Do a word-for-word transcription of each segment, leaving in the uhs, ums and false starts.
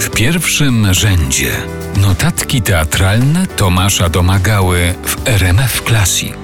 W pierwszym rzędzie. Notatki teatralne Tomasza Domagały w R M F Classic.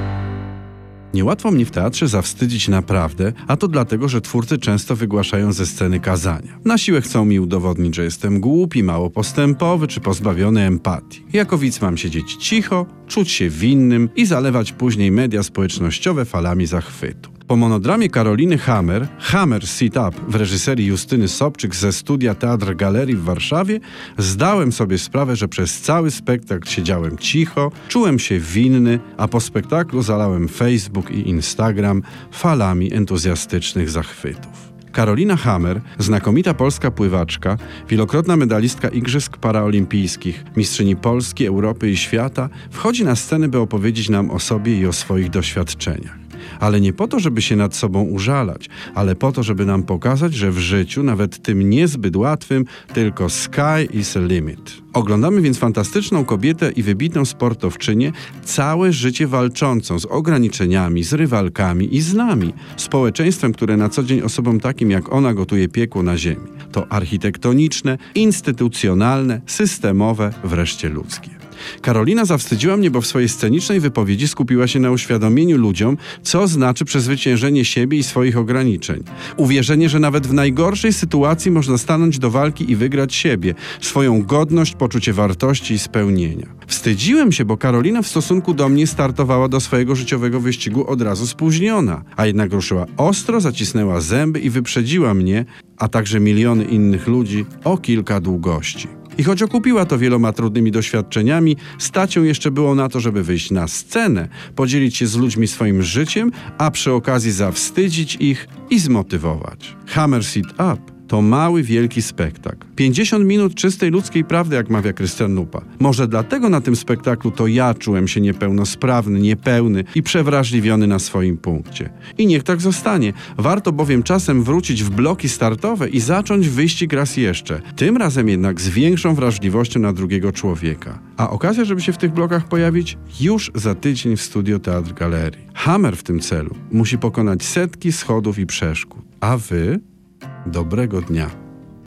Niełatwo mnie w teatrze zawstydzić naprawdę, a to dlatego, że twórcy często wygłaszają ze sceny kazania. Na siłę chcą mi udowodnić, że jestem głupi, mało postępowy czy pozbawiony empatii. Jako widz mam siedzieć cicho, czuć się winnym i zalewać później media społecznościowe falami zachwytu. Po monodramie Karoliny Hammer, Hammer Sit Up w reżyserii Justyny Sobczyk ze studia Teatr Galerii w Warszawie, zdałem sobie sprawę, że przez cały spektakl siedziałem cicho, czułem się winny, a po spektaklu zalałem Facebook i Instagram falami entuzjastycznych zachwytów. Karolina Hammer, znakomita polska pływaczka, wielokrotna medalistka Igrzysk Paraolimpijskich, mistrzyni Polski, Europy i świata, wchodzi na scenę, by opowiedzieć nam o sobie i o swoich doświadczeniach. Ale nie po to, żeby się nad sobą użalać, ale po to, żeby nam pokazać, że w życiu, nawet tym niezbyt łatwym, tylko sky is the limit. Oglądamy więc fantastyczną kobietę i wybitną sportowczynię, całe życie walczącą z ograniczeniami, z rywalkami i z nami, społeczeństwem, które na co dzień osobom takim jak ona gotuje piekło na ziemi. To architektoniczne, instytucjonalne, systemowe, wreszcie ludzkie. Karolina zawstydziła mnie, bo w swojej scenicznej wypowiedzi skupiła się na uświadomieniu ludziom, co znaczy przezwyciężenie siebie i swoich ograniczeń. Uwierzenie, że nawet w najgorszej sytuacji można stanąć do walki i wygrać siebie, swoją godność, poczucie wartości i spełnienia. Wstydziłem się, bo Karolina w stosunku do mnie startowała do swojego życiowego wyścigu od razu spóźniona, a jednak ruszyła ostro, zacisnęła zęby i wyprzedziła mnie, a także miliony innych ludzi o kilka długości. I choć okupiła to wieloma trudnymi doświadczeniami, stać ją jeszcze było na to, żeby wyjść na scenę, podzielić się z ludźmi swoim życiem, a przy okazji zawstydzić ich i zmotywować. Hammer Sit Up to mały, wielki spektakl. pięćdziesiąt minut czystej ludzkiej prawdy, jak mawia Krystian Nupa. Może dlatego na tym spektaklu to ja czułem się niepełnosprawny, niepełny i przewrażliwiony na swoim punkcie. I niech tak zostanie. Warto bowiem czasem wrócić w bloki startowe i zacząć wyścig raz jeszcze. Tym razem jednak z większą wrażliwością na drugiego człowieka. A okazja, żeby się w tych blokach pojawić, już za tydzień w studio Teatr Galerii. Hammer w tym celu musi pokonać setki schodów i przeszkód. A wy? Dobrego dnia.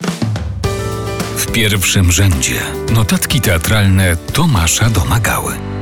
W pierwszym rzędzie. Notatki teatralne Tomasza Domagały.